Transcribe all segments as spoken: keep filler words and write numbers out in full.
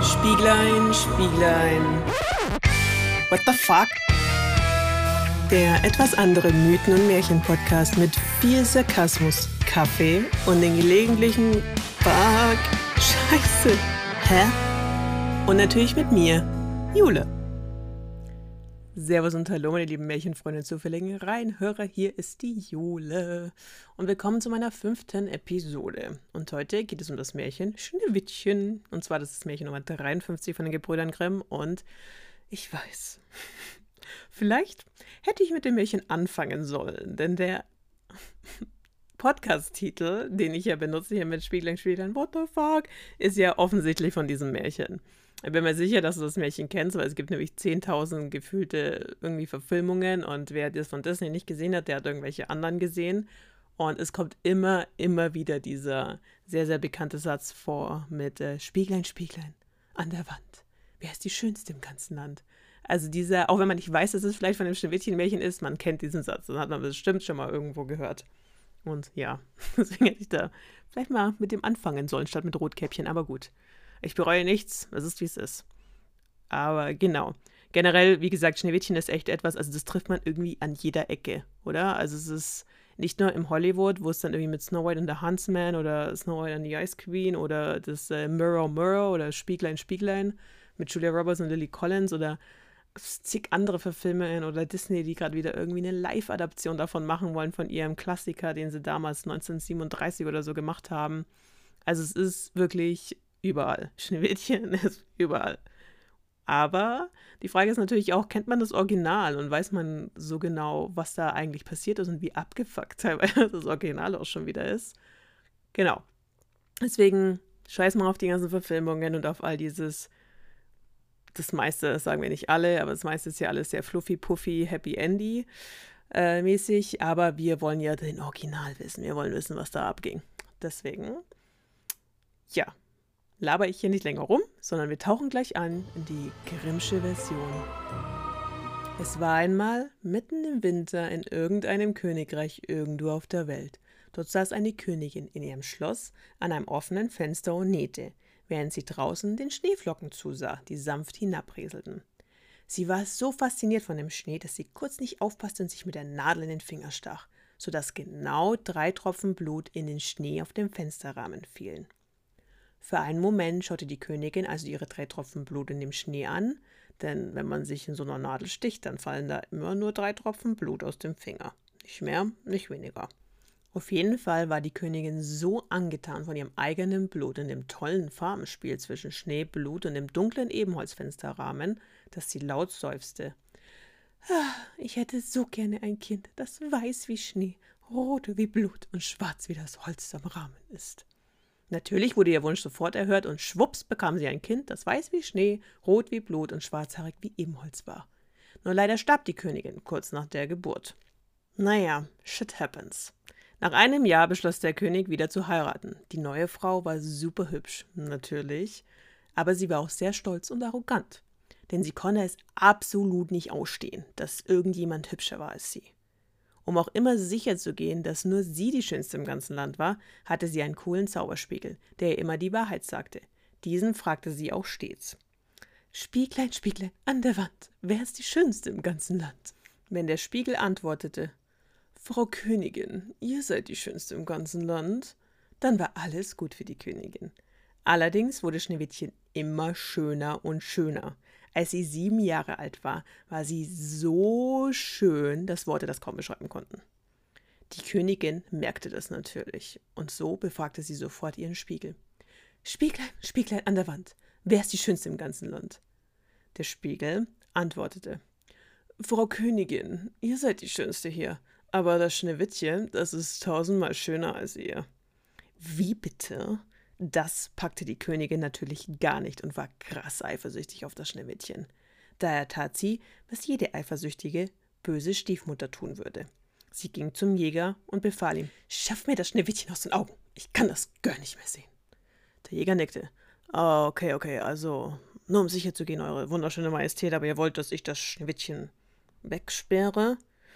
Spieglein, Spieglein. What the fuck? Der etwas andere Mythen- und Märchen-Podcast mit viel Sarkasmus, Kaffee und den gelegentlichen Fuck, Scheiße, hä? Und natürlich mit mir, Jule. Servus und hallo, meine lieben Märchenfreunde, zufälligen Reinhörer, hier ist die Jule. Und willkommen zu meiner fünften Episode. Und heute geht es um das Märchen Schneewittchen. Und zwar das ist Märchen Nummer dreiundfünfzig von den Gebrüdern Grimm. Und ich weiß, vielleicht hätte ich mit dem Märchen anfangen sollen, denn der Podcast-Titel, den ich ja benutze hier mit Spieglein, Spieglein, what the fuck, ist ja offensichtlich von diesem Märchen. Ich bin mir sicher, dass du das Märchen kennst, weil es gibt nämlich zehntausend gefühlte irgendwie Verfilmungen und wer das von Disney nicht gesehen hat, der hat irgendwelche anderen gesehen. Und es kommt immer, immer wieder dieser sehr, sehr bekannte Satz vor mit äh, Spieglein, Spieglein an der Wand. Wer ist die Schönste im ganzen Land? Also dieser, auch wenn man nicht weiß, dass es vielleicht von dem Schneewittchen-Märchen ist, man kennt diesen Satz. Das hat man bestimmt schon mal irgendwo gehört. Und ja, deswegen hätte ich da vielleicht mal mit dem anfangen sollen, statt mit Rotkäppchen, aber gut. Ich bereue nichts, es ist, wie es ist. Aber genau, generell, wie gesagt, Schneewittchen ist echt etwas, also das trifft man irgendwie an jeder Ecke, oder? Also es ist nicht nur im Hollywood, wo es dann irgendwie mit Snow White and the Huntsman oder Snow White and the Ice Queen oder das äh, Mirror, Mirror oder Spieglein, Spieglein mit Julia Roberts und Lily Collins oder zig andere Verfilmungen oder Disney, die gerade wieder irgendwie eine Live-Adaption davon machen wollen, von ihrem Klassiker, den sie damals neunzehnhundertsiebenunddreißig oder so gemacht haben. Also es ist wirklich überall. Schneewittchen ist überall. Aber die Frage ist natürlich auch, kennt man das Original und weiß man so genau, was da eigentlich passiert ist und wie abgefuckt teilweise das Original auch schon wieder ist? Genau. Deswegen scheiß mal auf die ganzen Verfilmungen und auf all dieses, das meiste, das sagen wir nicht alle, aber das meiste ist ja alles sehr fluffy, puffy, happy endy äh, mäßig, aber wir wollen ja den Original wissen. Wir wollen wissen, was da abging. Deswegen, ja, laber ich hier nicht länger rum, sondern wir tauchen gleich an in die Grimmsche Version. Es war einmal mitten im Winter in irgendeinem Königreich irgendwo auf der Welt. Dort saß eine Königin in ihrem Schloss an einem offenen Fenster und nähte, während sie draußen den Schneeflocken zusah, die sanft hinabrieselten. Sie war so fasziniert von dem Schnee, dass sie kurz nicht aufpasste und sich mit der Nadel in den Finger stach, sodass genau drei Tropfen Blut in den Schnee auf dem Fensterrahmen fielen. Für einen Moment schaute die Königin also ihre drei Tropfen Blut in dem Schnee an, denn wenn man sich in so einer Nadel sticht, dann fallen da immer nur drei Tropfen Blut aus dem Finger. Nicht mehr, nicht weniger. Auf jeden Fall war die Königin so angetan von ihrem eigenen Blut in dem tollen Farbenspiel zwischen Schnee, Blut und dem dunklen Ebenholzfensterrahmen, dass sie laut seufzte. Ah, ich hätte so gerne ein Kind, das weiß wie Schnee, rot wie Blut und schwarz wie das Holz am Rahmen ist. Natürlich wurde ihr Wunsch sofort erhört und schwupps bekam sie ein Kind, das weiß wie Schnee, rot wie Blut und schwarzhaarig wie Ebenholz war. Nur leider starb die Königin kurz nach der Geburt. Naja, shit happens. Nach einem Jahr beschloss der König wieder zu heiraten. Die neue Frau war super hübsch, natürlich, aber sie war auch sehr stolz und arrogant, denn sie konnte es absolut nicht ausstehen, dass irgendjemand hübscher war als sie. Um auch immer sicher zu gehen, dass nur sie die Schönste im ganzen Land war, hatte sie einen coolen Zauberspiegel, der ihr immer die Wahrheit sagte. Diesen fragte sie auch stets. Spieglein, Spieglein an der Wand, wer ist die Schönste im ganzen Land? Wenn der Spiegel antwortete, Frau Königin, ihr seid die Schönste im ganzen Land, dann war alles gut für die Königin. Allerdings wurde Schneewittchen immer schöner und schöner. Als sie sieben Jahre alt war, war sie so schön, dass Worte das kaum beschreiben konnten. Die Königin merkte das natürlich und so befragte sie sofort ihren Spiegel. Spieglein, Spieglein an der Wand, wer ist die Schönste im ganzen Land? Der Spiegel antwortete, Frau Königin, ihr seid die Schönste hier, aber das Schneewittchen, das ist tausendmal schöner als ihr. Wie bitte? Das packte die Königin natürlich gar nicht und war krass eifersüchtig auf das Schneewittchen. Daher tat sie, was jede eifersüchtige, böse Stiefmutter tun würde. Sie ging zum Jäger und befahl ihm, schaff mir das Schneewittchen aus den Augen, ich kann das gar nicht mehr sehen. Der Jäger nickte. Ah, okay, okay, also, nur um sicher zu gehen, eure wunderschöne Majestät, aber ihr wollt, dass ich das Schneewittchen wegsperre?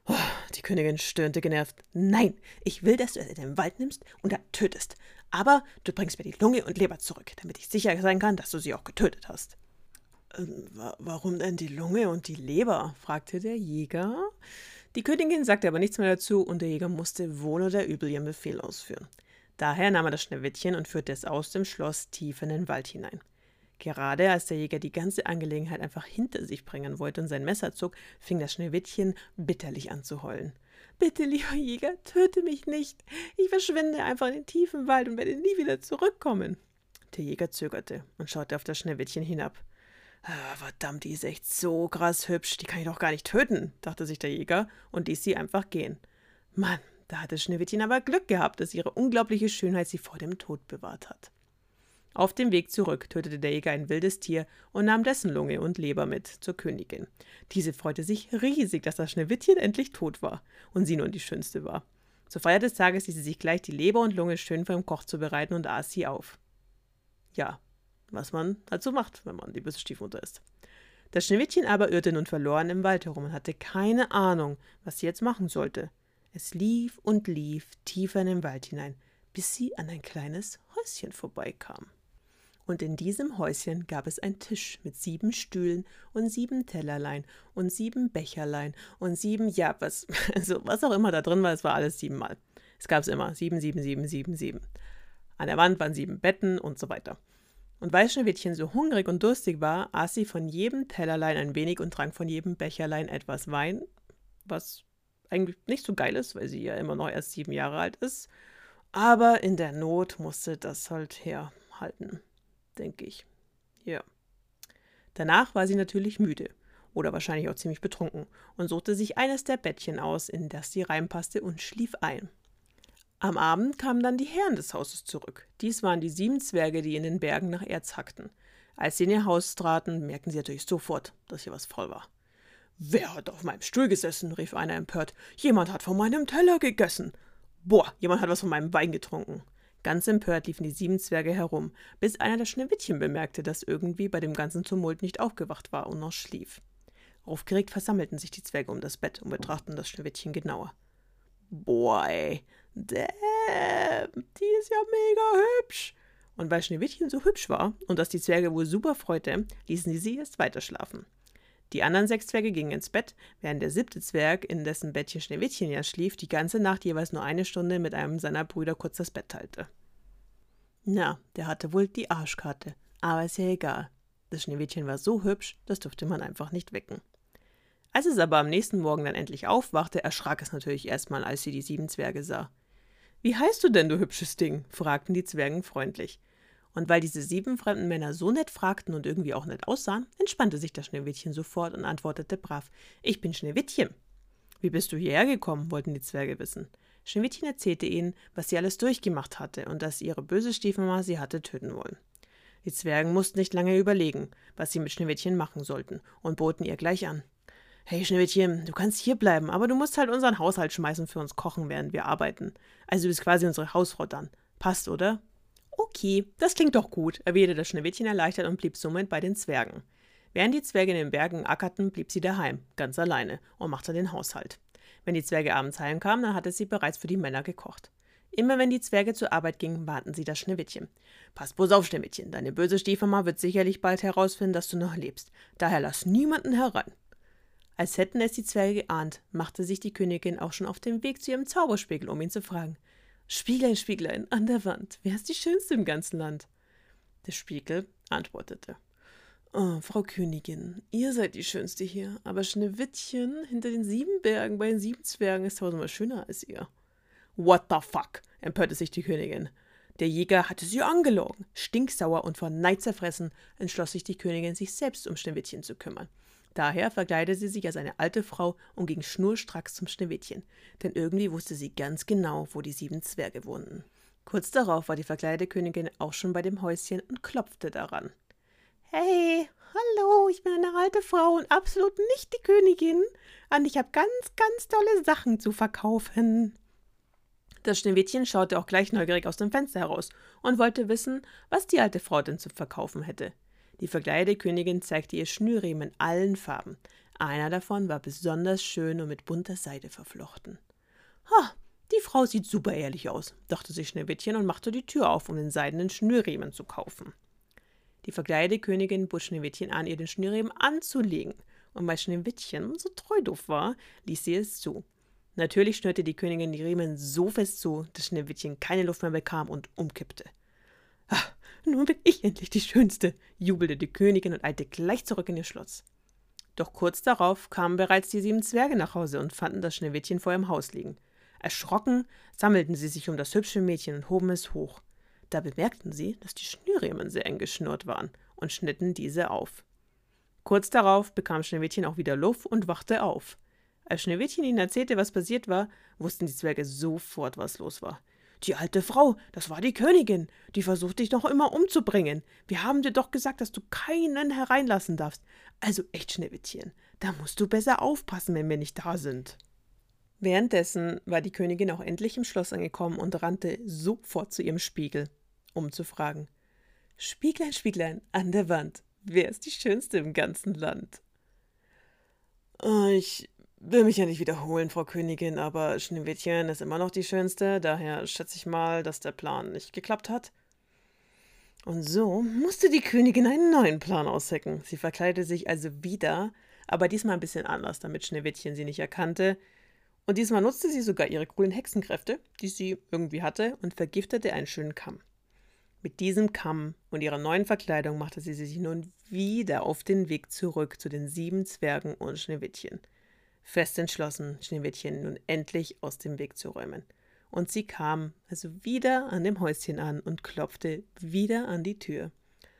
Oh, die Königin stöhnte genervt. »Nein, ich will, dass du es in den Wald nimmst und dann tötest. Aber du bringst mir die Lunge und Leber zurück, damit ich sicher sein kann, dass du sie auch getötet hast.« Ähm, wa warum denn die Lunge und die Leber?« fragte der Jäger. Die Königin sagte aber nichts mehr dazu, und der Jäger musste wohl oder übel ihren Befehl ausführen. Daher nahm er das Schneewittchen und führte es aus dem Schloss tief in den Wald hinein. Gerade als der Jäger die ganze Angelegenheit einfach hinter sich bringen wollte und sein Messer zog, fing das Schneewittchen bitterlich an zu heulen. »Bitte, lieber Jäger, töte mich nicht. Ich verschwinde einfach in den tiefen Wald und werde nie wieder zurückkommen.« Der Jäger zögerte und schaute auf das Schneewittchen hinab. Ah, verdammt, die ist echt so krass hübsch, die kann ich doch gar nicht töten, dachte sich der Jäger und ließ sie einfach gehen. Mann, da hatte Schneewittchen aber Glück gehabt, dass ihre unglaubliche Schönheit sie vor dem Tod bewahrt hat. Auf dem Weg zurück tötete der Jäger ein wildes Tier und nahm dessen Lunge und Leber mit zur Königin. Diese freute sich riesig, dass das Schneewittchen endlich tot war und sie nun die Schönste war. Zur Feier des Tages ließ sie sich gleich die Leber und Lunge schön vom Koch zubereiten und aß sie auf. Ja, was man halt so macht, wenn man die böse Stiefmutter ist. Das Schneewittchen aber irrte nun verloren im Wald herum und hatte keine Ahnung, was sie jetzt machen sollte. Es lief und lief tiefer in den Wald hinein, bis sie an ein kleines Häuschen vorbeikam. Und in diesem Häuschen gab es einen Tisch mit sieben Stühlen und sieben Tellerlein und sieben Becherlein und sieben, ja, was, also was auch immer da drin war, es war alles siebenmal. Es gab es immer, sieben, sieben, sieben, sieben, sieben. An der Wand waren sieben Betten und so weiter. Und weil Schneewittchen so hungrig und durstig war, aß sie von jedem Tellerlein ein wenig und trank von jedem Becherlein etwas Wein, was eigentlich nicht so geil ist, weil sie ja immer noch erst sieben Jahre alt ist. Aber in der Not musste das halt herhalten, denke ich. Ja. Danach war sie natürlich müde oder wahrscheinlich auch ziemlich betrunken und suchte sich eines der Bettchen aus, in das sie reinpasste, und schlief ein. Am Abend kamen dann die Herren des Hauses zurück. Dies waren die sieben Zwerge, die in den Bergen nach Erz hackten. Als sie in ihr Haus traten, merkten sie natürlich sofort, dass hier was faul war. »Wer hat auf meinem Stuhl gesessen?« rief einer empört. »Jemand hat von meinem Teller gegessen. Boah, jemand hat was von meinem Wein getrunken.« Ganz empört liefen die sieben Zwerge herum, bis einer das Schneewittchen bemerkte, das irgendwie bei dem ganzen Tumult nicht aufgewacht war und noch schlief. Aufgeregt versammelten sich die Zwerge um das Bett und betrachteten das Schneewittchen genauer. »Boah, ey, damn, die ist ja mega hübsch.« Und weil Schneewittchen so hübsch war und das die Zwerge wohl super freute, ließen sie sie erst weiter schlafen. Die anderen sechs Zwerge gingen ins Bett, während der siebte Zwerg, in dessen Bettchen Schneewittchen ja schlief, die ganze Nacht jeweils nur eine Stunde mit einem seiner Brüder kurz das Bett teilte. Na, der hatte wohl die Arschkarte, aber ist ja egal. Das Schneewittchen war so hübsch, das durfte man einfach nicht wecken. Als es aber am nächsten Morgen dann endlich aufwachte, erschrak es natürlich erstmal, als sie die sieben Zwerge sah. »Wie heißt du denn, du hübsches Ding?« fragten die Zwergen freundlich. Und weil diese sieben fremden Männer so nett fragten und irgendwie auch nett aussahen, entspannte sich das Schneewittchen sofort und antwortete brav: »Ich bin Schneewittchen.« »Wie bist du hierher gekommen?« wollten die Zwerge wissen. Schneewittchen erzählte ihnen, was sie alles durchgemacht hatte und dass ihre böse Stiefmama sie hatte töten wollen. Die Zwergen mussten nicht lange überlegen, was sie mit Schneewittchen machen sollten, und boten ihr gleich an. »Hey Schneewittchen, du kannst hier bleiben, aber du musst halt unseren Haushalt schmeißen für uns kochen, während wir arbeiten. Also du bist quasi unsere Hausfrau dann. Passt, oder?« »Okay, das klingt doch gut«, erwiderte das Schneewittchen erleichtert und blieb somit bei den Zwergen. Während die Zwerge in den Bergen ackerten, blieb sie daheim, ganz alleine, und machte den Haushalt. Wenn die Zwerge abends heimkamen, dann hatte sie bereits für die Männer gekocht. Immer wenn die Zwerge zur Arbeit gingen, warnten sie das Schneewittchen. »Pass bloß auf, Schneewittchen, deine böse Stiefmama wird sicherlich bald herausfinden, dass du noch lebst. Daher lass niemanden herein.« Als hätten es die Zwerge geahnt, machte sich die Königin auch schon auf den Weg zu ihrem Zauberspiegel, um ihn zu fragen. »Spieglein, Spieglein, an der Wand, wer ist die Schönste im ganzen Land?« Der Spiegel antwortete: »Oh, Frau Königin, ihr seid die Schönste hier, aber Schneewittchen hinter den sieben Bergen bei den sieben Zwergen ist tausendmal schöner als ihr.« »What the fuck?« empörte sich die Königin. Der Jäger hatte sie angelogen. Stinksauer und vor Neid zerfressen entschloss sich die Königin, sich selbst um Schneewittchen zu kümmern. Daher verkleidete sie sich als eine alte Frau und ging schnurstracks zum Schneewittchen, denn irgendwie wusste sie ganz genau, wo die sieben Zwerge wohnten. Kurz darauf war die verkleidete Königin auch schon bei dem Häuschen und klopfte daran. »Hey, hallo, ich bin eine alte Frau und absolut nicht die Königin, und ich habe ganz, ganz tolle Sachen zu verkaufen.« Das Schneewittchen schaute auch gleich neugierig aus dem Fenster heraus und wollte wissen, was die alte Frau denn zu verkaufen hätte. Die verkleidete Königin zeigte ihr Schnürriemen in allen Farben, einer davon war besonders schön und mit bunter Seide verflochten. »Ha, die Frau sieht super ehrlich aus«, dachte sich Schneewittchen und machte die Tür auf, um den seidenen Schnürriemen zu kaufen. Die verkleidete Königin bot Schneewittchen an, ihr den Schnürriemen anzulegen, und weil Schneewittchen so treu doof war, ließ sie es zu. Natürlich schnürte die Königin die Riemen so fest zu, dass Schneewittchen keine Luft mehr bekam und umkippte. »Ach, nun bin ich endlich die Schönste«, jubelte die Königin und eilte gleich zurück in ihr Schloss. Doch kurz darauf kamen bereits die sieben Zwerge nach Hause und fanden das Schneewittchen vor ihrem Haus liegen. Erschrocken sammelten sie sich um das hübsche Mädchen und hoben es hoch. Da bemerkten sie, dass die Schnürriemen sehr eng geschnürt waren und schnitten diese auf. Kurz darauf bekam Schneewittchen auch wieder Luft und wachte auf. Als Schneewittchen ihnen erzählte, was passiert war, wussten die Zwerge sofort, was los war. »Die alte Frau, das war die Königin, die versucht dich noch immer umzubringen. Wir haben dir doch gesagt, dass du keinen hereinlassen darfst. Also echt, Schneewittchen, da musst du besser aufpassen, wenn wir nicht da sind.« Währenddessen war die Königin auch endlich im Schloss angekommen und rannte sofort zu ihrem Spiegel, um zu fragen: »Spieglein, Spieglein, an der Wand, wer ist die Schönste im ganzen Land?« »Ich will mich ja nicht wiederholen, Frau Königin, aber Schneewittchen ist immer noch die Schönste, daher schätze ich mal, dass der Plan nicht geklappt hat.« Und so musste die Königin einen neuen Plan aushecken. Sie verkleidete sich also wieder, aber diesmal ein bisschen anders, damit Schneewittchen sie nicht erkannte. Und diesmal nutzte sie sogar ihre coolen Hexenkräfte, die sie irgendwie hatte, und vergiftete einen schönen Kamm. Mit diesem Kamm und ihrer neuen Verkleidung machte sie sich nun wieder auf den Weg zurück zu den sieben Zwergen und Schneewittchen. Fest entschlossen, Schneewittchen nun endlich aus dem Weg zu räumen. Und sie kam also wieder an dem Häuschen an und klopfte wieder an die Tür.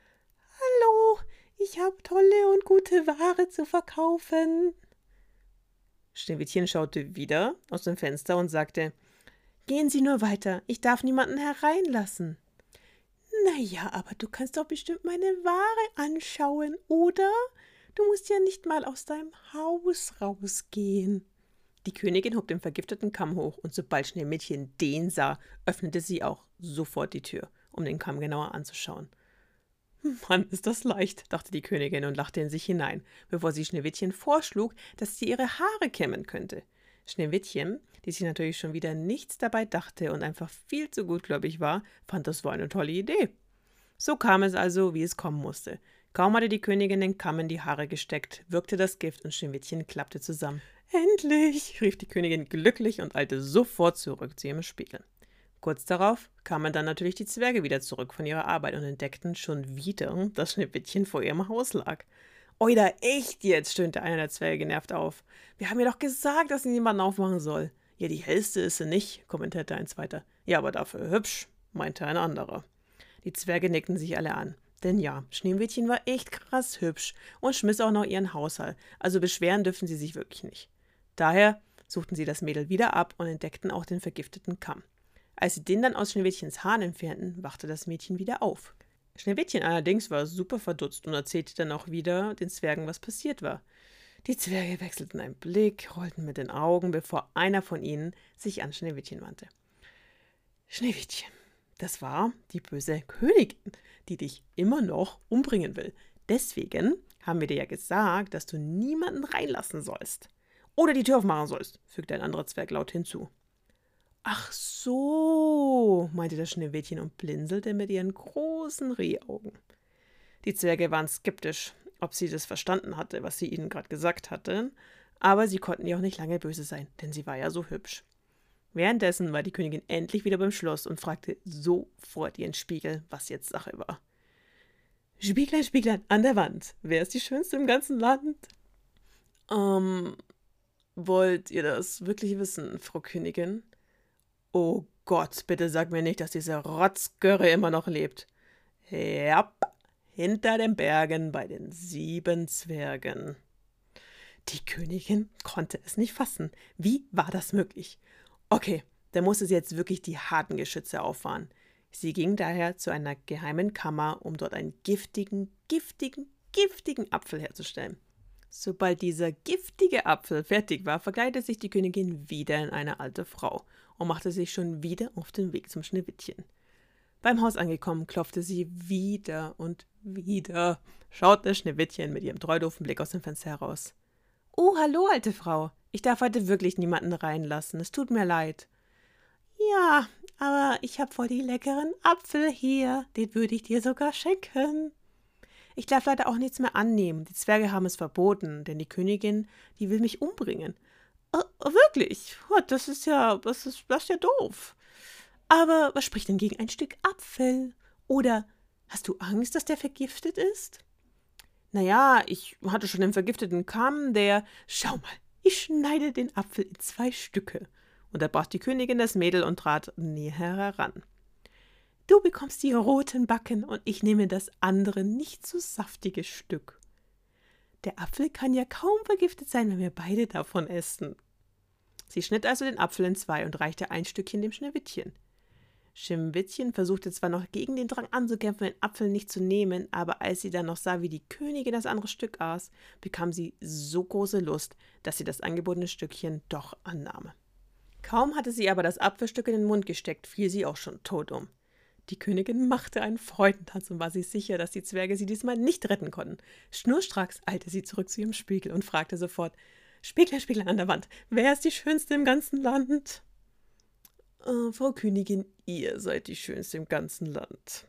»Hallo, ich habe tolle und gute Ware zu verkaufen.« Schneewittchen schaute wieder aus dem Fenster und sagte: »Gehen Sie nur weiter, ich darf niemanden hereinlassen.« »Na ja, aber du kannst doch bestimmt meine Ware anschauen, oder? Du musst ja nicht mal aus deinem Haus rausgehen.« Die Königin hob den vergifteten Kamm hoch, und sobald Schneewittchen den sah, öffnete sie auch sofort die Tür, um den Kamm genauer anzuschauen. »Mann, ist das leicht«, dachte die Königin und lachte in sich hinein, bevor sie Schneewittchen vorschlug, dass sie ihre Haare kämmen könnte. Schneewittchen, die sich natürlich schon wieder nichts dabei dachte und einfach viel zu gutgläubig war, fand, das war eine tolle Idee. So kam es also, wie es kommen musste. Kaum hatte die Königin den Kamm in die Haare gesteckt, wirkte das Gift und Schneewittchen klappte zusammen. »Endlich«, rief die Königin glücklich und eilte sofort zurück zu ihrem Spiegel. Kurz darauf kamen dann natürlich die Zwerge wieder zurück von ihrer Arbeit und entdeckten schon wieder, dass Schneewittchen vor ihrem Haus lag. »Oida, echt jetzt«, stöhnte einer der Zwerge genervt auf. »Wir haben ihr doch gesagt, dass sie niemanden aufmachen soll.« »Ja, die hellste ist sie nicht«, kommentierte ein zweiter. »Ja, aber dafür hübsch«, meinte ein anderer. Die Zwerge nickten sich alle an. Denn ja, Schneewittchen war echt krass hübsch und schmiss auch noch ihren Haushalt, also beschweren dürfen sie sich wirklich nicht. Daher suchten sie das Mädel wieder ab und entdeckten auch den vergifteten Kamm. Als sie den dann aus Schneewittchens Haaren entfernten, wachte das Mädchen wieder auf. Schneewittchen allerdings war super verdutzt und erzählte dann auch wieder den Zwergen, was passiert war. Die Zwerge wechselten einen Blick, rollten mit den Augen, bevor einer von ihnen sich an Schneewittchen wandte. »Schneewittchen, das war die böse Königin, die dich immer noch umbringen will. Deswegen haben wir dir ja gesagt, dass du niemanden reinlassen sollst. Oder die Tür aufmachen sollst«, fügte ein anderer Zwerg laut hinzu. »Ach so«, meinte das Schneewittchen und blinzelte mit ihren großen Rehaugen. Die Zwerge waren skeptisch, ob sie das verstanden hatte, was sie ihnen gerade gesagt hatte, aber sie konnten ihr auch nicht lange böse sein, denn sie war ja so hübsch. Währenddessen war die Königin endlich wieder beim Schloss und fragte sofort ihren Spiegel, was jetzt Sache war. »Spieglein, Spieglein, an der Wand, wer ist die Schönste im ganzen Land?« »Ähm, wollt ihr das wirklich wissen, Frau Königin?« »Oh Gott, bitte sag mir nicht, dass diese Rotzgörre immer noch lebt.« »Ja, hinter den Bergen bei den sieben Zwergen.« Die Königin konnte es nicht fassen. Wie war das möglich? Okay, da musste sie jetzt wirklich die harten Geschütze auffahren. Sie ging daher zu einer geheimen Kammer, um dort einen giftigen, giftigen, giftigen Apfel herzustellen. Sobald dieser giftige Apfel fertig war, verkleidete sich die Königin wieder in eine alte Frau und machte sich schon wieder auf den Weg zum Schneewittchen. Beim Haus angekommen, klopfte sie wieder und wieder, schaute Schneewittchen mit ihrem treudoofen Blick aus dem Fenster heraus. »Oh, hallo, alte Frau. Ich darf heute wirklich niemanden reinlassen. Es tut mir leid.« »Ja, aber ich habe voll die leckeren Apfel hier. Den würde ich dir sogar schenken.« »Ich darf leider auch nichts mehr annehmen. Die Zwerge haben es verboten, denn die Königin, die will mich umbringen.« »Oh, wirklich? Oh, das ist ja, das ist, das ist ja doof. Aber was spricht denn gegen ein Stück Apfel? Oder hast du Angst, dass der vergiftet ist?« »Naja, ich hatte schon den vergifteten Kamm, der... Schau mal, ich schneide den Apfel in zwei Stücke.« Unterbrach die Königin das Mädel und trat näher heran. »Du bekommst die roten Backen und ich nehme das andere, nicht so saftige Stück. Der Apfel kann ja kaum vergiftet sein, wenn wir beide davon essen.« Sie schnitt also den Apfel in zwei und reichte ein Stückchen dem Schneewittchen. Schneewittchen versuchte zwar noch gegen den Drang anzukämpfen, den Apfel nicht zu nehmen, aber als sie dann noch sah, wie die Königin das andere Stück aß, bekam sie so große Lust, dass sie das angebotene Stückchen doch annahm. Kaum hatte sie aber das Apfelstück in den Mund gesteckt, fiel sie auch schon tot um. Die Königin machte einen Freudentanz und war sich sicher, dass die Zwerge sie diesmal nicht retten konnten. Schnurstracks eilte sie zurück zu ihrem Spiegel und fragte sofort: »Spieglein, Spieglein an der Wand, wer ist die Schönste im ganzen Land?« Äh, »Frau Königin, ihr seid die Schönste im ganzen Land.«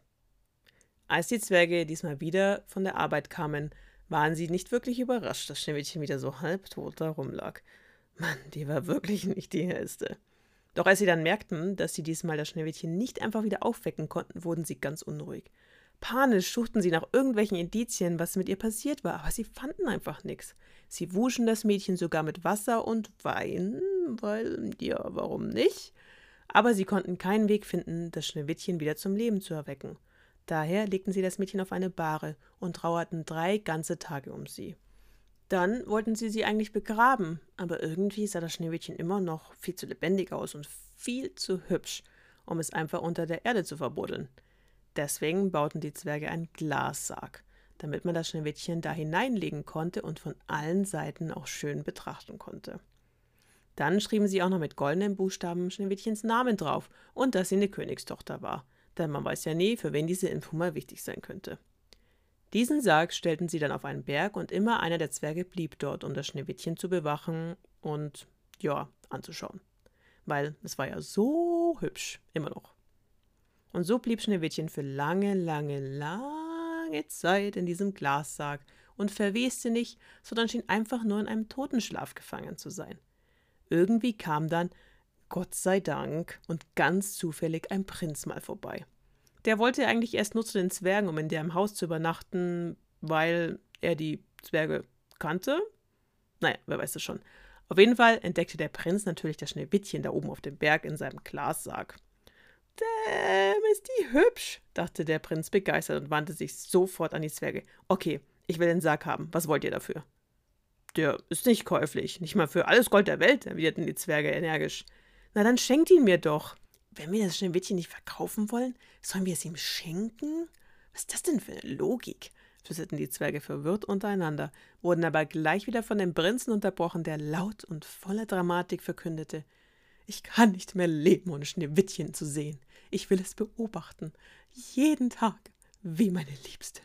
Als die Zwerge diesmal wieder von der Arbeit kamen, waren sie nicht wirklich überrascht, dass Schneewittchen wieder so halbtot da rumlag. Mann, die war wirklich nicht die hellste. Doch als sie dann merkten, dass sie diesmal das Schneewittchen nicht einfach wieder aufwecken konnten, wurden sie ganz unruhig. Panisch suchten sie nach irgendwelchen Indizien, was mit ihr passiert war, aber sie fanden einfach nichts. Sie wuschen das Mädchen sogar mit Wasser und Wein, weil, ja, warum nicht? Aber sie konnten keinen Weg finden, das Schneewittchen wieder zum Leben zu erwecken. Daher legten sie das Mädchen auf eine Bahre und trauerten drei ganze Tage um sie. Dann wollten sie sie eigentlich begraben, aber irgendwie sah das Schneewittchen immer noch viel zu lebendig aus und viel zu hübsch, um es einfach unter der Erde zu verbuddeln. Deswegen bauten die Zwerge einen Glassarg, damit man das Schneewittchen da hineinlegen konnte und von allen Seiten auch schön betrachten konnte. Dann schrieben sie auch noch mit goldenen Buchstaben Schneewittchens Namen drauf und dass sie eine Königstochter war, denn man weiß ja nie, für wen diese Info mal wichtig sein könnte. Diesen Sarg stellten sie dann auf einen Berg und immer einer der Zwerge blieb dort, um das Schneewittchen zu bewachen und, ja, anzuschauen. Weil es war ja so hübsch, immer noch. Und so blieb Schneewittchen für lange, lange, lange Zeit in diesem Glassarg und verweste nicht, sondern schien einfach nur in einem Totenschlaf gefangen zu sein. Irgendwie kam dann, Gott sei Dank, und ganz zufällig ein Prinz mal vorbei. Der wollte eigentlich erst nur zu den Zwergen, um in deren Haus zu übernachten, weil er die Zwerge kannte. Naja, wer weiß das schon. Auf jeden Fall entdeckte der Prinz natürlich das Schneewittchen da oben auf dem Berg in seinem Glassarg. »Damn, ist die hübsch«, dachte der Prinz begeistert und wandte sich sofort an die Zwerge. »Okay, ich will den Sarg haben. Was wollt ihr dafür?« »Der ist nicht käuflich, nicht mal für alles Gold der Welt«, erwiderten die Zwerge energisch. »Na, dann schenkt ihn mir doch.« »Wenn wir das Schneewittchen nicht verkaufen wollen, sollen wir es ihm schenken? Was ist das denn für eine Logik?« flüsterten die Zwerge verwirrt untereinander, wurden aber gleich wieder von dem Prinzen unterbrochen, der laut und voller Dramatik verkündete: »Ich kann nicht mehr leben, ohne Schneewittchen zu sehen. Ich will es beobachten, jeden Tag, wie meine Liebste.«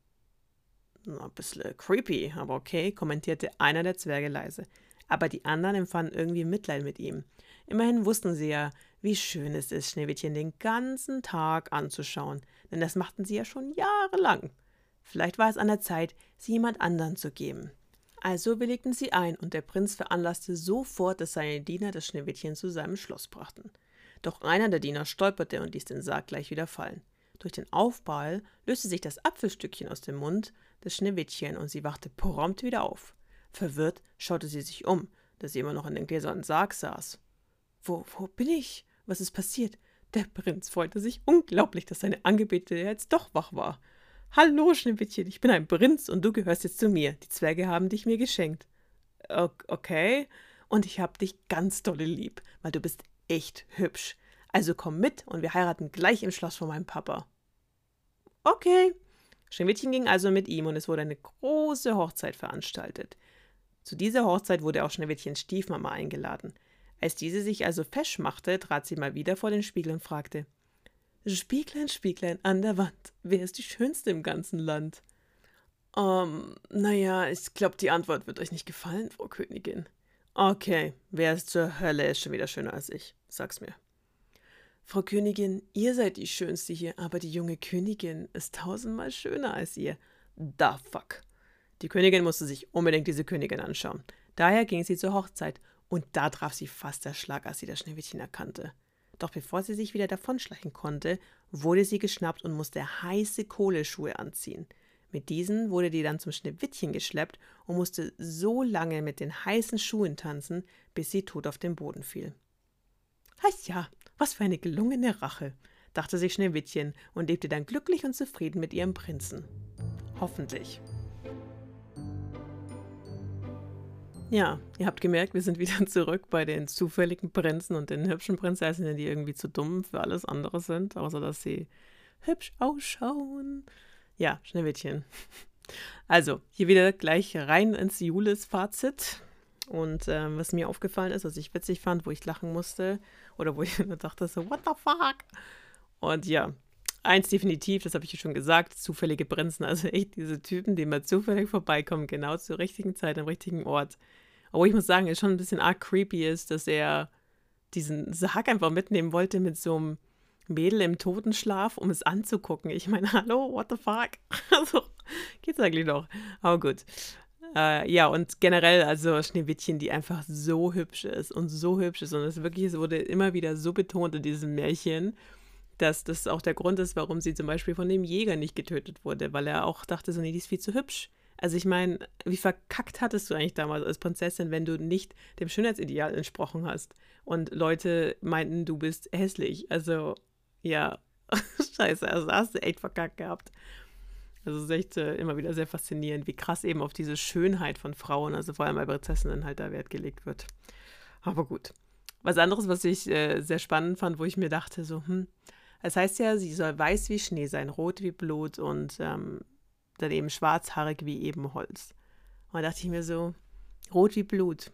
»Na, ein bisschen creepy, aber okay«, kommentierte einer der Zwerge leise. Aber die anderen empfanden irgendwie Mitleid mit ihm. Immerhin wussten sie ja, wie schön es ist, Schneewittchen den ganzen Tag anzuschauen, denn das machten sie ja schon jahrelang. Vielleicht war es an der Zeit, sie jemand anderen zu geben. Also willigten sie ein, und der Prinz veranlasste sofort, dass seine Diener das Schneewittchen zu seinem Schloss brachten. Doch einer der Diener stolperte und ließ den Sarg gleich wieder fallen. Durch den Aufprall löste sich das Apfelstückchen aus dem Mund des Schneewittchen und sie wachte prompt wieder auf. Verwirrt schaute sie sich um, da sie immer noch in dem gläsernen Sarg saß. Wo, wo bin ich? Was ist passiert? Der Prinz freute sich unglaublich, dass seine Angebetete jetzt doch wach war. »Hallo, Schneewittchen, ich bin ein Prinz und du gehörst jetzt zu mir. Die Zwerge haben dich mir geschenkt.« »Okay, und ich hab dich ganz dolle lieb, weil du bist echt hübsch. Also komm mit und wir heiraten gleich im Schloss von meinem Papa.« »Okay.« Schneewittchen ging also mit ihm und es wurde eine große Hochzeit veranstaltet. Zu dieser Hochzeit wurde auch Schneewittchens Stiefmama eingeladen. Als diese sich also fesch machte, trat sie mal wieder vor den Spiegel und fragte: »Spieglein, Spieglein an der Wand, wer ist die Schönste im ganzen Land?« Ähm, na ja, ich glaube, die Antwort wird euch nicht gefallen, Frau Königin. Okay, wer ist zur Hölle ist schon wieder schöner als ich? Sag's mir. Frau Königin, ihr seid die Schönste hier, aber die junge Königin ist tausendmal schöner als ihr. Da fuck. Die Königin musste sich unbedingt diese Königin anschauen. Daher ging sie zur Hochzeit und da traf sie fast der Schlag, als sie das Schneewittchen erkannte. Doch bevor sie sich wieder davonschleichen konnte, wurde sie geschnappt und musste heiße Kohleschuhe anziehen. Mit diesen wurde die dann zum Schneewittchen geschleppt und musste so lange mit den heißen Schuhen tanzen, bis sie tot auf den Boden fiel. »Ha ja, was für eine gelungene Rache«, dachte sich Schneewittchen und lebte dann glücklich und zufrieden mit ihrem Prinzen. Hoffentlich. Ja, ihr habt gemerkt, wir sind wieder zurück bei den zufälligen Prinzen und den hübschen Prinzessinnen, die irgendwie zu dumm für alles andere sind, außer dass sie hübsch ausschauen. Ja, Schneewittchen. Also, hier wieder gleich rein ins Julis-Fazit. Und ähm, was mir aufgefallen ist, was ich witzig fand, wo ich lachen musste, oder wo ich nur dachte so, what the fuck? Und ja, eins definitiv, das habe ich ja schon gesagt, zufällige Prinzen, also echt diese Typen, die mal zufällig vorbeikommen, genau zur richtigen Zeit, am richtigen Ort. Obwohl ich muss sagen, es schon ein bisschen arg creepy ist, dass er diesen Sarg einfach mitnehmen wollte mit so einem Mädel im Totenschlaf, um es anzugucken. Ich meine, hallo, what the fuck? Also, geht's eigentlich noch? Aber gut. Äh, ja, und generell, also Schneewittchen, die einfach so hübsch ist und so hübsch ist. Und es wirklich, es wurde immer wieder so betont in diesem Märchen, dass das auch der Grund ist, warum sie zum Beispiel von dem Jäger nicht getötet wurde, weil er auch dachte, so, nee, die ist viel zu hübsch. Also ich meine, wie verkackt hattest du eigentlich damals als Prinzessin, wenn du nicht dem Schönheitsideal entsprochen hast und Leute meinten, du bist hässlich. Also, ja, scheiße, also hast du echt verkackt gehabt. Also es ist echt äh, immer wieder sehr faszinierend, wie krass eben auf diese Schönheit von Frauen, also vor allem bei Prinzessinnen halt da Wert gelegt wird. Aber gut. Was anderes, was ich äh, sehr spannend fand, wo ich mir dachte, so, hm, es heißt ja, sie soll weiß wie Schnee sein, rot wie Blut und ähm, dann eben schwarzhaarig wie Ebenholz. Und da dachte ich mir so, rot wie Blut.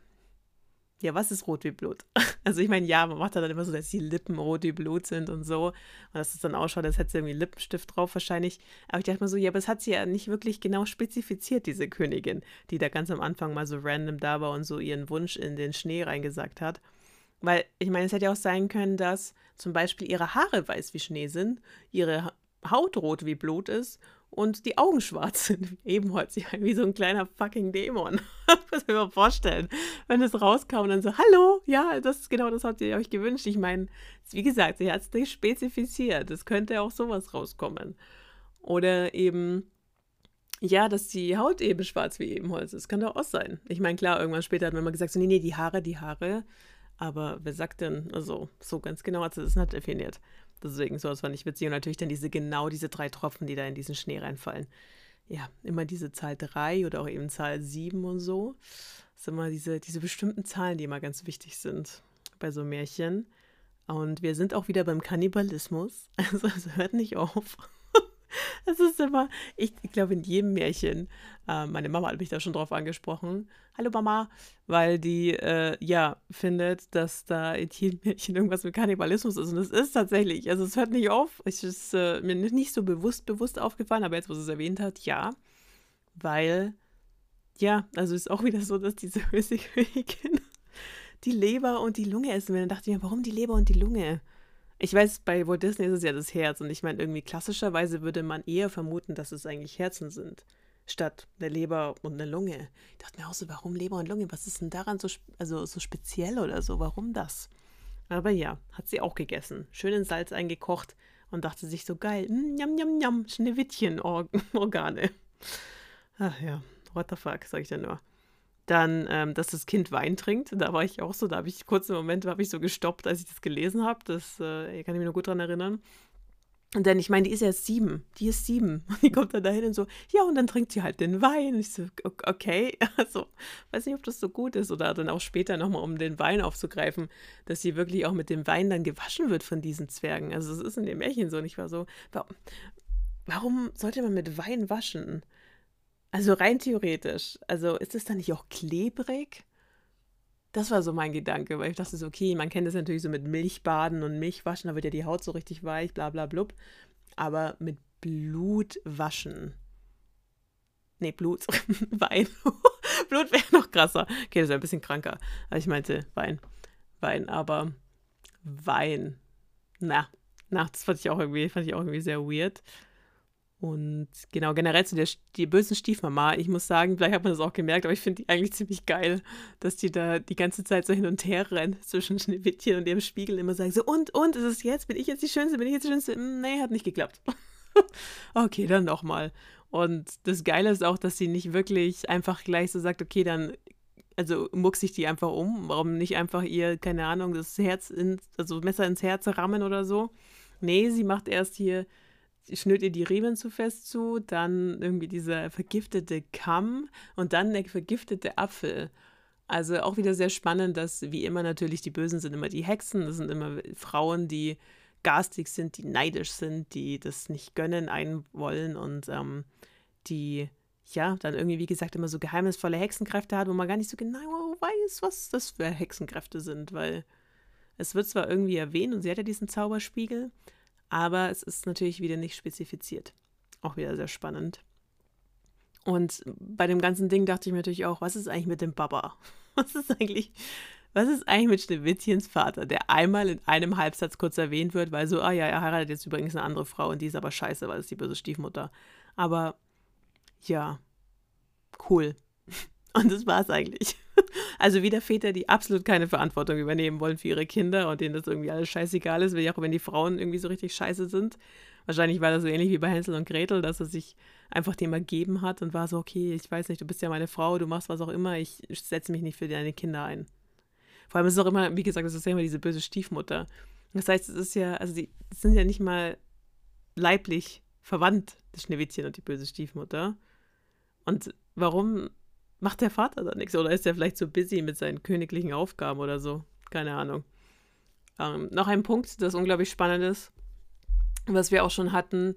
Ja, was ist rot wie Blut? Also ich meine, ja, man macht dann immer so, dass die Lippen rot wie Blut sind und so. Und dass es dann ausschaut, als hätte sie irgendwie Lippenstift drauf wahrscheinlich. Aber ich dachte mir so, ja, aber es hat sie ja nicht wirklich genau spezifiziert, diese Königin, die da ganz am Anfang mal so random da war und so ihren Wunsch in den Schnee reingesagt hat. Weil, ich meine, es hätte ja auch sein können, dass zum Beispiel ihre Haare weiß wie Schnee sind, ihre Haut rot wie Blut ist und die Augen schwarz sind, wie Ebenholz, wie so ein kleiner fucking Dämon. Das muss ich mir vorstellen, wenn es rauskam und dann so, hallo, ja, das ist genau das habt ihr euch gewünscht. Ich meine, wie gesagt, sie hat es nicht spezifiziert. Es könnte auch sowas rauskommen. Oder eben, ja, dass die Haut eben schwarz wie Ebenholz ist. Kann doch auch sein. Ich meine, klar, irgendwann später hat man immer gesagt, so, nee, nee, die Haare, die Haare. Aber wer sagt denn, also so ganz genau hat sie das nicht definiert. Deswegen, sowas fand ich witzig. Und natürlich dann diese, genau diese drei Tropfen, die da in diesen Schnee reinfallen. Ja, immer diese Zahl drei oder auch eben Zahl sieben und so. Das sind immer diese, diese bestimmten Zahlen, die immer ganz wichtig sind bei so Märchen. Und wir sind auch wieder beim Kannibalismus. Also es hört nicht auf. Es ist immer, ich, ich glaube, in jedem Märchen, äh, meine Mama hat mich da schon drauf angesprochen, hallo Mama, weil die, äh, ja, findet, dass da in jedem Märchen irgendwas mit Kannibalismus ist. Und es ist tatsächlich, also es hört nicht auf. Es ist äh, mir nicht so bewusst, bewusst aufgefallen, aber jetzt, wo sie es erwähnt hat, ja, weil, ja, also es ist auch wieder so, dass diese böse Königin die Leber und die Lunge essen will. Dann dachte ich mir, warum die Leber und die Lunge? Ich weiß, bei Walt Disney ist es ja das Herz und ich meine, irgendwie klassischerweise würde man eher vermuten, dass es eigentlich Herzen sind, statt eine Leber und eine Lunge. Ich dachte mir auch so, warum Leber und Lunge? Was ist denn daran so, also so speziell oder so? Warum das? Aber ja, hat sie auch gegessen. Schön in Salz eingekocht und dachte sich so, geil, mm, njam, njam, njam, Schneewittchen-Organe. Ach ja, what the fuck, sag ich dann nur. Dann, ähm, dass das Kind Wein trinkt. Da war ich auch so, da habe ich kurz im Moment, habe ich so gestoppt, als ich das gelesen habe. Das äh, kann ich mir nur gut dran erinnern. Und dann, ich meine, die ist ja sieben. Die ist sieben. Und die kommt dann dahin und so, ja, und dann trinkt sie halt den Wein. Und ich so, okay, also, weiß nicht, ob das so gut ist. Oder dann auch später nochmal, um den Wein aufzugreifen, dass sie wirklich auch mit dem Wein dann gewaschen wird von diesen Zwergen. Also, das ist in dem Märchen so. Und ich war so, warum, warum sollte man mit Wein waschen? Also rein theoretisch. Also ist es dann nicht auch klebrig? Das war so mein Gedanke, weil ich dachte so, okay, man kennt das natürlich so mit Milchbaden und Milchwaschen, da wird ja die Haut so richtig weich, bla bla blub. Aber mit Blut waschen. Nee, Blut. Wein. Blut wäre noch krasser. Okay, das wäre ein bisschen kranker. Aber ich meinte Wein. Wein, aber Wein. Na, na, das fand ich auch irgendwie, fand ich auch irgendwie sehr weird. Und genau, generell zu der die bösen Stiefmama, ich muss sagen, vielleicht hat man das auch gemerkt, aber ich finde die eigentlich ziemlich geil, dass die da die ganze Zeit so hin und her rennt zwischen Schneewittchen und ihrem Spiegel immer sagen so, und, und, ist es jetzt? Bin ich jetzt die Schönste? Bin ich jetzt die Schönste? Hm, nee, hat nicht geklappt. Okay, dann nochmal. Und das Geile ist auch, dass sie nicht wirklich einfach gleich so sagt, okay, dann, also mucks ich die einfach um. Warum nicht einfach ihr, keine Ahnung, das Herz ins, also Messer ins Herz rammen oder so? Nee, sie macht erst hier, sie schnürt ihr die Riemen zu fest zu, dann irgendwie dieser vergiftete Kamm und dann der vergiftete Apfel. Also auch wieder sehr spannend, dass wie immer natürlich die Bösen sind immer die Hexen, das sind immer Frauen, die garstig sind, die neidisch sind, die das nicht gönnen, einen wollen und ähm, die, ja, dann irgendwie, wie gesagt, immer so geheimnisvolle Hexenkräfte hat, wo man gar nicht so genau weiß, was das für Hexenkräfte sind, weil es wird zwar irgendwie erwähnt und sie hat ja diesen Zauberspiegel, aber es ist natürlich wieder nicht spezifiziert. Auch wieder sehr spannend. Und bei dem ganzen Ding dachte ich mir natürlich auch, was ist eigentlich mit dem Papa? Was ist eigentlich, was ist eigentlich mit Schneewittchens Vater, der einmal in einem Halbsatz kurz erwähnt wird, weil so, ah ja, er heiratet jetzt übrigens eine andere Frau und die ist aber scheiße, weil es die böse Stiefmutter. Aber ja, cool. Und das war es eigentlich. Also wieder Väter, die absolut keine Verantwortung übernehmen wollen für ihre Kinder und denen das irgendwie alles scheißegal ist, wie auch wenn die Frauen irgendwie so richtig scheiße sind. Wahrscheinlich war das so ähnlich wie bei Hänsel und Gretel, dass er sich einfach dem ergeben hat und war so, okay, ich weiß nicht, du bist ja meine Frau, du machst was auch immer, ich setze mich nicht für deine Kinder ein. Vor allem ist es auch immer, wie gesagt, das ist ja immer diese böse Stiefmutter. Das heißt, es ist ja, also die sind ja nicht mal leiblich verwandt, das Schneewittchen und die böse Stiefmutter. Und warum macht der Vater da nichts? Oder ist er vielleicht so busy mit seinen königlichen Aufgaben oder so? Keine Ahnung. Ähm, noch ein Punkt, das unglaublich spannend ist, was wir auch schon hatten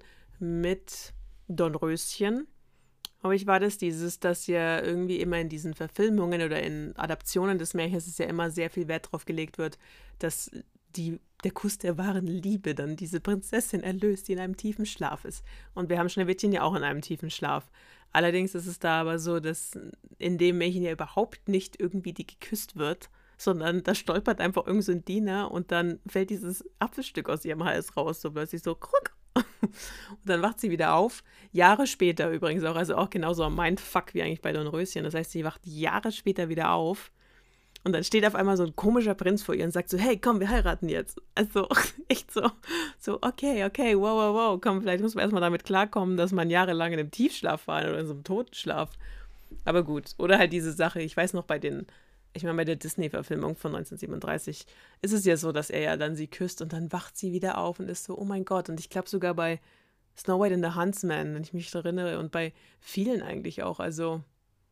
mit Dornröschen. Aber ich war das dieses, dass ja irgendwie immer in diesen Verfilmungen oder in Adaptionen des Märchens ist ja immer sehr viel Wert drauf gelegt wird, dass die, der Kuss der wahren Liebe dann diese Prinzessin erlöst, die in einem tiefen Schlaf ist. Und wir haben Schneewittchen ja auch in einem tiefen Schlaf. Allerdings ist es da aber so, dass in dem Märchen ja überhaupt nicht irgendwie die geküsst wird, sondern da stolpert einfach irgend so ein Diener und dann fällt dieses Apfelstück aus ihrem Hals raus, so plötzlich so kruck. Und dann wacht sie wieder auf. Jahre später übrigens auch, also auch genauso ein Mindfuck wie eigentlich bei Dornröschen. Das heißt, sie wacht Jahre später wieder auf und dann steht auf einmal so ein komischer Prinz vor ihr und sagt so, hey, komm, wir heiraten jetzt. Also echt so, so okay, okay, wow, wow, wow, komm, vielleicht muss man erstmal damit klarkommen, dass man jahrelang in einem Tiefschlaf war oder in so einem Totenschlaf. Aber gut, oder halt diese Sache, ich weiß noch bei den, ich meine bei der Disney-Verfilmung von neunzehnhundertsiebenunddreißig ist es ja so, dass er ja dann sie küsst und dann wacht sie wieder auf und ist so, oh mein Gott. Und ich glaube sogar bei Snow White and the Huntsman, wenn ich mich erinnere, und bei vielen eigentlich auch, also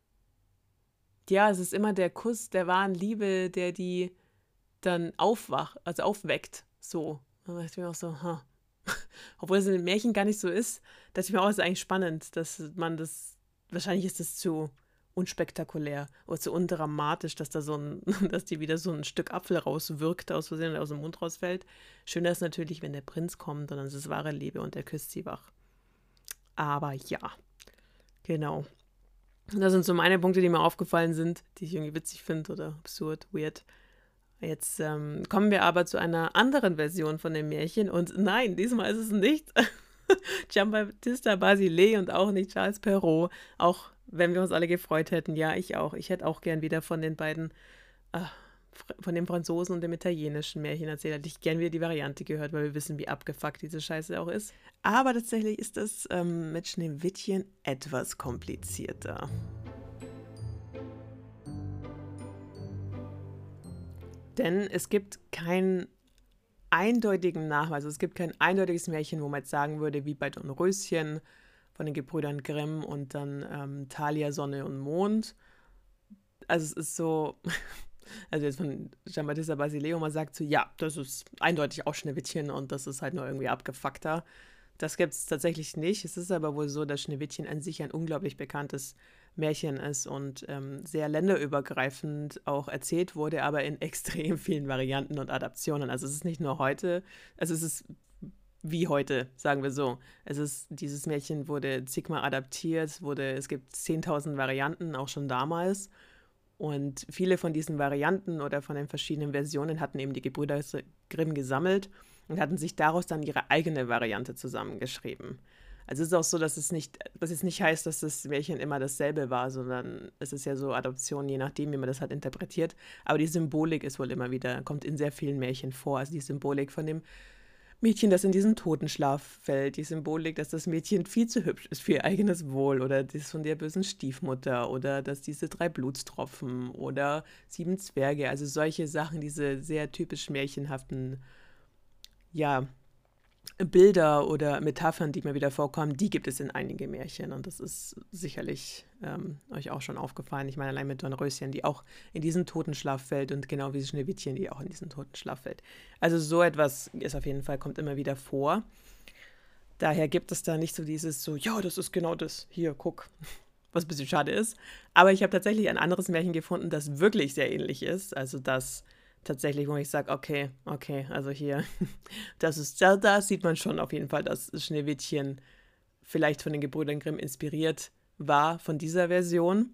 ja, es ist immer der Kuss der wahren Liebe, der die dann aufwacht, also aufweckt, so. Da dachte ich mir auch so, ha. Obwohl es in den Märchen gar nicht so ist, dachte ich mir auch, es ist eigentlich spannend, dass man das, wahrscheinlich ist das zu unspektakulär oder zu undramatisch, dass da so ein, dass die wieder so ein Stück Apfel rauswirkt aus Versehen und aus dem Mund rausfällt. Schöner ist natürlich, wenn der Prinz kommt und dann ist es wahre Liebe und er küsst sie wach. Aber ja, genau. Das sind so meine Punkte, die mir aufgefallen sind, die ich irgendwie witzig finde oder absurd, weird. Jetzt ähm, kommen wir aber zu einer anderen Version von dem Märchen und nein, diesmal ist es nicht Giambattista Basile und auch nicht Charles Perrault, auch wenn wir uns alle gefreut hätten. Ja, ich auch. Ich hätte auch gern wieder von den beiden, äh, von dem Franzosen und dem italienischen Märchen erzählt. Hätte ich gern wieder die Variante gehört, weil wir wissen, wie abgefuckt diese Scheiße auch ist. Aber tatsächlich ist das ähm, mit Schneewittchen etwas komplizierter. Denn es gibt keinen eindeutigen Nachweis, also es gibt kein eindeutiges Märchen, wo man jetzt sagen würde, wie bei Dornröschen von den Gebrüdern Grimm und dann ähm, Thalia, Sonne und Mond. Also es ist so, also jetzt von Giambattista Basile, man sagt so, ja, das ist eindeutig auch Schneewittchen und das ist halt nur irgendwie abgefuckter. Das gibt es tatsächlich nicht. Es ist aber wohl so, dass Schneewittchen an sich ein unglaublich bekanntes Märchen ist und ähm, sehr länderübergreifend auch erzählt wurde, aber in extrem vielen Varianten und Adaptionen. Also es ist nicht nur heute, also es ist wie heute, sagen wir so. Es ist, dieses Märchen wurde zigmal adaptiert, wurde, es gibt zehntausend Varianten, auch schon damals. Und viele von diesen Varianten oder von den verschiedenen Versionen hatten eben die Gebrüder Grimm gesammelt und hatten sich daraus dann ihre eigene Variante zusammengeschrieben. Also es ist auch so, dass es nicht, dass es nicht heißt, dass das Märchen immer dasselbe war, sondern es ist ja so Adoption, je nachdem, wie man das halt interpretiert. Aber die Symbolik ist wohl immer wieder, kommt in sehr vielen Märchen vor. Also die Symbolik von dem Mädchen, das in diesen Totenschlaf fällt, die Symbolik, dass das Mädchen viel zu hübsch ist für ihr eigenes Wohl oder das von der bösen Stiefmutter oder dass diese drei Blutstropfen oder sieben Zwerge, also solche Sachen, diese sehr typisch märchenhaften, ja, Bilder oder Metaphern, die mir wieder vorkommen, die gibt es in einigen Märchen und das ist sicherlich ähm, euch auch schon aufgefallen. Ich meine, allein mit Dornröschen, die auch in diesen Totenschlaf fällt und genau wie Schneewittchen, die auch in diesen Totenschlaf fällt. Also so etwas ist auf jeden Fall, kommt immer wieder vor. Daher gibt es da nicht so dieses so, ja, das ist genau das, hier, guck, was ein bisschen schade ist. Aber ich habe tatsächlich ein anderes Märchen gefunden, das wirklich sehr ähnlich ist, also das tatsächlich, wo ich sage, okay, okay, also hier, das ist, da, da sieht man schon auf jeden Fall, dass Schneewittchen vielleicht von den Gebrüdern Grimm inspiriert war von dieser Version,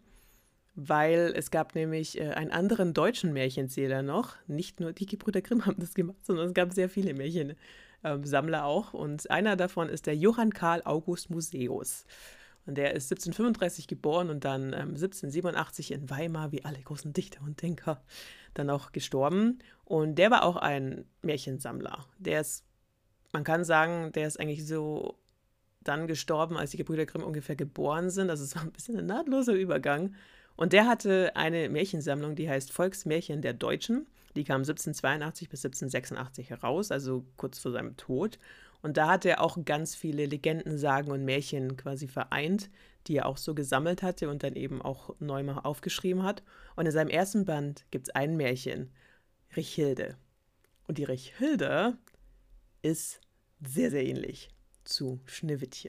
weil es gab nämlich äh, einen anderen deutschen Märchenzähler noch, nicht nur die Gebrüder Grimm haben das gemacht, sondern es gab sehr viele Märchensammler ähm, auch und einer davon ist der Johann Karl August Musäus. Und der ist siebzehnhundertfünfunddreißig geboren und dann ähm, siebzehnhundertsiebenundachtzig in Weimar, wie alle großen Dichter und Denker, dann auch gestorben. Und der war auch ein Märchensammler. Der ist, man kann sagen, der ist eigentlich so dann gestorben, als die Gebrüder Grimm ungefähr geboren sind. Also es war ein bisschen ein nahtloser Übergang. Und der hatte eine Märchensammlung, die heißt Volksmärchen der Deutschen. Die kam siebzehnhundertzweiundachtzig bis siebzehnhundertsechsundachtzig heraus, also kurz vor seinem Tod. Und da hat er auch ganz viele Legenden, Sagen und Märchen quasi vereint, die er auch so gesammelt hatte und dann eben auch neu mal aufgeschrieben hat. Und in seinem ersten Band gibt es ein Märchen, Richhilde. Und die Richhilde ist sehr, sehr ähnlich zu Schneewittchen.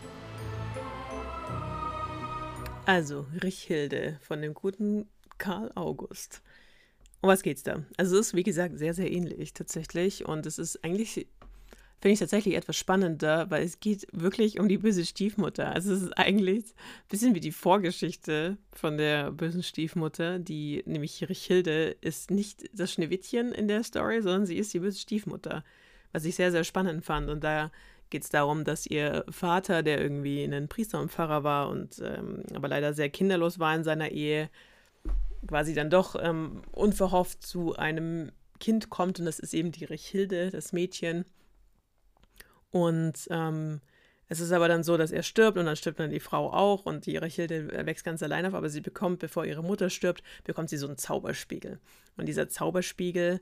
Also, Richhilde von dem guten Karl August. Um was geht's da? Also es ist, wie gesagt, sehr, sehr ähnlich tatsächlich. Und es ist eigentlich, finde ich tatsächlich etwas spannender, weil es geht wirklich um die böse Stiefmutter. Also es ist eigentlich ein bisschen wie die Vorgeschichte von der bösen Stiefmutter, die nämlich Richhilde ist nicht das Schneewittchen in der Story, sondern sie ist die böse Stiefmutter, was ich sehr, sehr spannend fand. Und da geht es darum, dass ihr Vater, der irgendwie ein Priester und Pfarrer war und ähm, aber leider sehr kinderlos war in seiner Ehe, quasi dann doch ähm, unverhofft zu einem Kind kommt und das ist eben die Richhilde, das Mädchen. Und ähm, es ist aber dann so, dass er stirbt und dann stirbt dann die Frau auch und die Richhilde wächst ganz allein auf, aber sie bekommt, bevor ihre Mutter stirbt, bekommt sie so einen Zauberspiegel. Und dieser Zauberspiegel,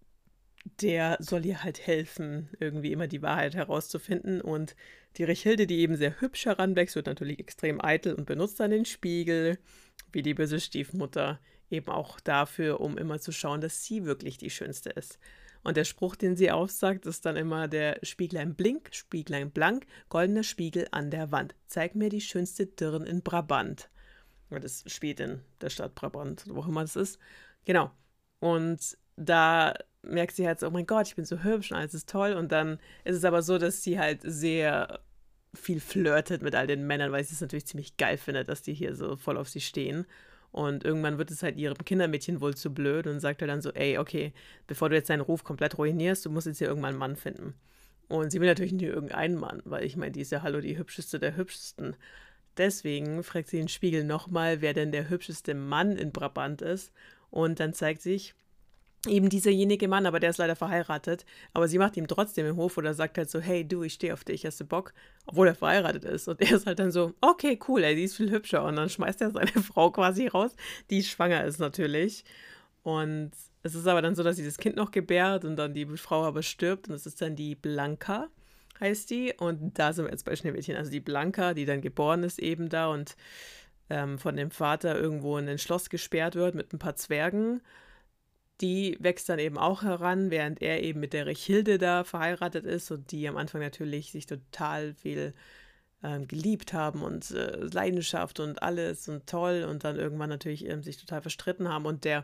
der soll ihr halt helfen, irgendwie immer die Wahrheit herauszufinden. Und die Richhilde, die eben sehr hübsch heranwächst, wird natürlich extrem eitel und benutzt dann den Spiegel, wie die böse Stiefmutter, eben auch dafür, um immer zu schauen, dass sie wirklich die Schönste ist. Und der Spruch, den sie aufsagt, ist dann immer der Spieglein blink, Spieglein blank, goldener Spiegel an der Wand. Zeig mir die schönste Dirn in Brabant. Das spielt in der Stadt Brabant, wo auch immer das ist. Genau. Und da merkt sie halt so, oh mein Gott, ich bin so hübsch und alles ist toll. Und dann ist es aber so, dass sie halt sehr viel flirtet mit all den Männern, weil sie es natürlich ziemlich geil findet, dass die hier so voll auf sie stehen. Und irgendwann wird es halt ihrem Kindermädchen wohl zu blöd und sagt er dann so, ey, okay, bevor du jetzt deinen Ruf komplett ruinierst, du musst jetzt hier irgendwann einen Mann finden. Und sie will natürlich nicht irgendeinen Mann, weil ich meine, die ist ja hallo die hübscheste der hübschesten. Deswegen fragt sie den Spiegel nochmal, wer denn der hübscheste Mann in Brabant ist. Und dann zeigt sich eben dieserjenige Mann, aber der ist leider verheiratet. Aber sie macht ihm trotzdem im Hof oder sagt halt so, hey du, ich stehe auf dich, hast du Bock? Obwohl er verheiratet ist. Und er ist halt dann so, okay, cool, ey, die ist viel hübscher. Und dann schmeißt er seine Frau quasi raus, die schwanger ist natürlich. Und es ist aber dann so, dass sie das Kind noch gebärt und dann die Frau aber stirbt. Und es ist dann die Blanka, heißt die. Und da sind wir jetzt bei Schneewittchen. Also die Blanka, die dann geboren ist eben da und ähm, von dem Vater irgendwo in ein Schloss gesperrt wird mit ein paar Zwergen. Die wächst dann eben auch heran, während er eben mit der Richhilde da verheiratet ist und die am Anfang natürlich sich total viel ähm, geliebt haben und äh, Leidenschaft und alles und toll und dann irgendwann natürlich ähm, sich total verstritten haben und der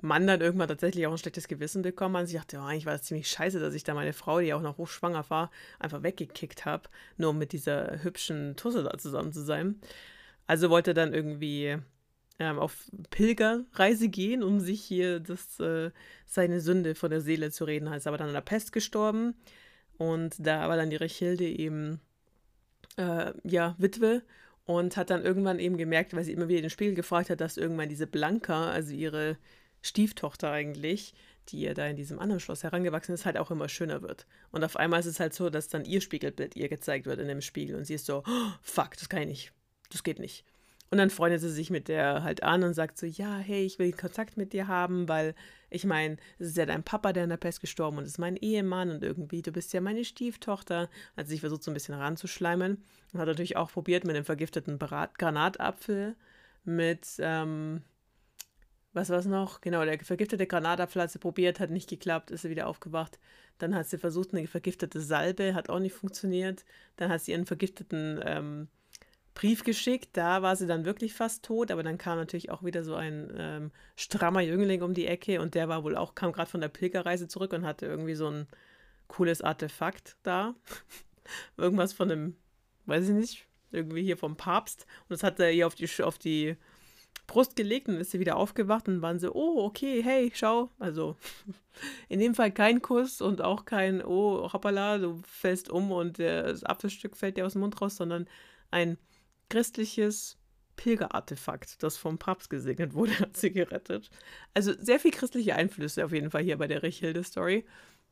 Mann dann irgendwann tatsächlich auch ein schlechtes Gewissen bekommen hat. Und sie dachte, oh, eigentlich war das ziemlich scheiße, dass ich da meine Frau, die auch noch hochschwanger war, einfach weggekickt habe, nur um mit dieser hübschen Tusse da zusammen zu sein. Also wollte er dann irgendwie ähm, auf Pilgerreise gehen, um sich hier das, äh, seine Sünde von der Seele zu reden. Er ist aber dann an der Pest gestorben und da war dann die Rechilde eben äh, ja, Witwe und hat dann irgendwann eben gemerkt, weil sie immer wieder in den Spiegel gefragt hat, dass irgendwann diese Blanka, also ihre Stieftochter eigentlich, die ihr da in diesem anderen Schloss herangewachsen ist, halt auch immer schöner wird. Und auf einmal ist es halt so, dass dann ihr Spiegelbild ihr gezeigt wird in dem Spiegel und sie ist so, oh, fuck, das kann ich nicht, das geht nicht. Und dann freundet sie sich mit der halt an und sagt so, ja, hey, ich will Kontakt mit dir haben, weil ich meine, es ist ja dein Papa, der in der Pest gestorben und es ist mein Ehemann und irgendwie, du bist ja meine Stieftochter. Hat sich versucht, so ein bisschen ranzuschleimen und hat natürlich auch probiert mit dem vergifteten Brat- Granatapfel, mit, ähm, was war es noch? Genau, der vergiftete Granatapfel hat sie probiert, hat nicht geklappt, ist sie wieder aufgewacht. Dann hat sie versucht, eine vergiftete Salbe, hat auch nicht funktioniert. Dann hat sie ihren vergifteten ähm, Brief geschickt, da war sie dann wirklich fast tot, aber dann kam natürlich auch wieder so ein ähm, strammer Jüngling um die Ecke und der war wohl auch, kam gerade von der Pilgerreise zurück und hatte irgendwie so ein cooles Artefakt da. Irgendwas von einem, weiß ich nicht, irgendwie hier vom Papst und das hat er ihr auf die, auf die Brust gelegt und ist sie wieder aufgewacht und waren so, oh, okay, hey, schau, also in dem Fall kein Kuss und auch kein, oh, hoppala, du fällst um und das Apfelstück fällt dir aus dem Mund raus, sondern ein christliches Pilgerartefakt, das vom Papst gesegnet wurde, hat sie gerettet. Also sehr viel christliche Einflüsse auf jeden Fall hier bei der Rechilde-Story.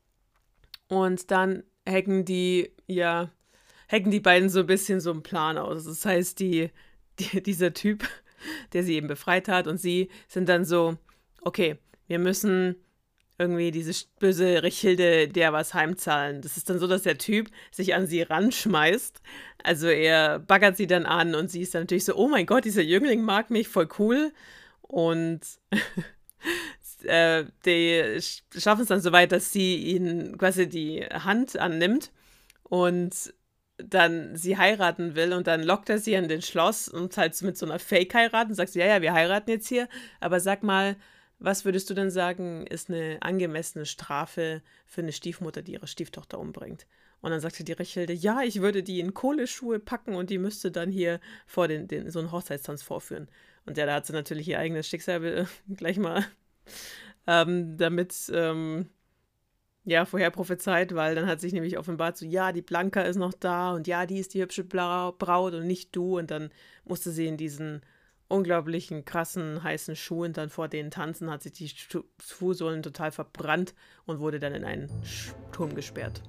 Und dann hacken die, ja, hacken die beiden so ein bisschen so einen Plan aus. Das heißt, die, die, dieser Typ, der sie eben befreit hat und sie sind dann so, okay, wir müssen irgendwie diese böse Rechilde der was heimzahlen. Das ist dann so, dass der Typ sich an sie ranschmeißt. Also er baggert sie dann an und sie ist dann natürlich so, oh mein Gott, dieser Jüngling mag mich, voll cool. Und äh, die schaffen es dann so weit, dass sie ihn quasi die Hand annimmt und dann sie heiraten will und dann lockt er sie an den Schloss und halt mit so einer Fake-Heirat und sagt so, ja, ja, wir heiraten jetzt hier, aber sag mal, was würdest du denn sagen, ist eine angemessene Strafe für eine Stiefmutter, die ihre Stieftochter umbringt? Und dann sagte die Rechilde, ja, ich würde die in Kohleschuhe packen und die müsste dann hier vor den, den so einen Hochzeitstanz vorführen. Und ja, da hat sie natürlich ihr eigenes Schicksal äh, gleich mal ähm, damit ähm, ja, vorher prophezeit, weil dann hat sich nämlich offenbart so, ja, die Blanka ist noch da und ja, die ist die hübsche Braut und nicht du. Und dann musste sie in diesen unglaublichen, krassen, heißen Schuhen dann vor denen tanzen, hat sich die Fußsohlen total verbrannt und wurde dann in einen Turm gesperrt.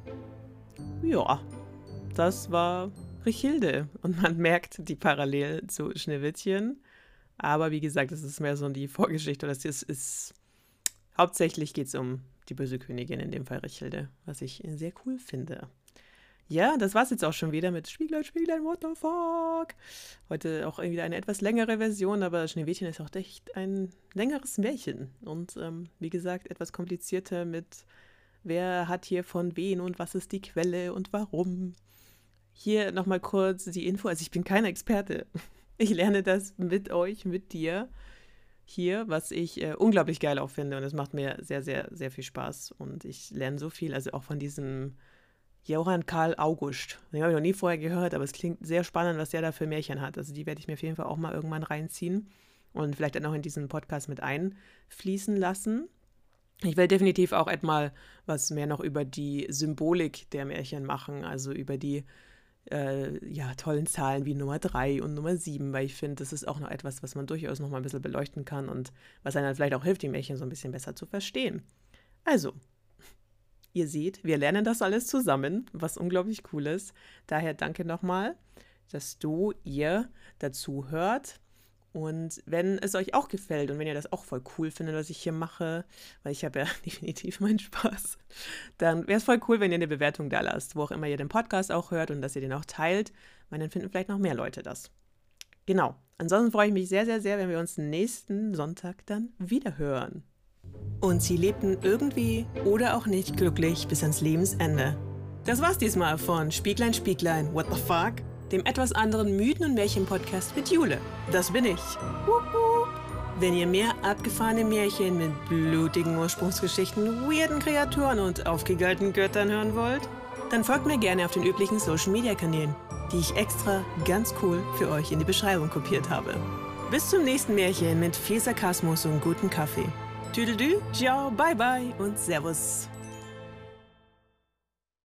Ja, das war Rechilde. Und man merkt die Parallelen zu Schneewittchen. Aber wie gesagt, es ist mehr so die Vorgeschichte. Das ist, ist hauptsächlich geht es um die böse Königin, in dem Fall Rechilde, was ich sehr cool finde. Ja, das war's jetzt auch schon wieder mit Spieglein, Spieglein, what the fuck? Heute auch irgendwie eine etwas längere Version, aber Schneewittchen ist auch echt ein längeres Märchen. Und ähm, wie gesagt, etwas komplizierter mit wer hat hier von wen und was ist die Quelle und warum. Hier nochmal kurz die Info, also ich bin keine Experte. Ich lerne das mit euch, mit dir hier, was ich äh, unglaublich geil auch finde und es macht mir sehr, sehr, sehr viel Spaß und ich lerne so viel, also auch von diesem Johann Karl August. Den habe ich noch nie vorher gehört, aber es klingt sehr spannend, was der da für Märchen hat. Also die werde ich mir auf jeden Fall auch mal irgendwann reinziehen und vielleicht dann auch in diesen Podcast mit einfließen lassen. Ich werde definitiv auch etwas was mehr noch über die Symbolik der Märchen machen, also über die äh, ja, tollen Zahlen wie Nummer drei und Nummer sieben, weil ich finde, das ist auch noch etwas, was man durchaus noch mal ein bisschen beleuchten kann und was einem dann vielleicht auch hilft, die Märchen so ein bisschen besser zu verstehen. Also, ihr seht, wir lernen das alles zusammen, was unglaublich cool ist. Daher danke nochmal, dass du, ihr dazu hört. Und wenn es euch auch gefällt und wenn ihr das auch voll cool findet, was ich hier mache, weil ich habe ja definitiv meinen Spaß, dann wäre es voll cool, wenn ihr eine Bewertung da lasst, wo auch immer ihr den Podcast auch hört und dass ihr den auch teilt, weil dann finden vielleicht noch mehr Leute das. Genau. Ansonsten freue ich mich sehr, sehr, sehr, wenn wir uns nächsten Sonntag dann wieder hören. Und sie lebten irgendwie oder auch nicht glücklich bis ans Lebensende. Das war's diesmal von Spieglein, Spieglein, what the fuck? Dem etwas anderen Mythen- und Märchen-Podcast mit Jule. Das bin ich. Wupp, wupp. Wenn ihr mehr abgefahrene Märchen mit blutigen Ursprungsgeschichten, weirden Kreaturen und aufgegeilten Göttern hören wollt, dann folgt mir gerne auf den üblichen Social-Media-Kanälen, die ich extra ganz cool für euch in die Beschreibung kopiert habe. Bis zum nächsten Märchen mit viel Sarkasmus und gutem Kaffee. Tüdelü, ciao, bye bye und servus.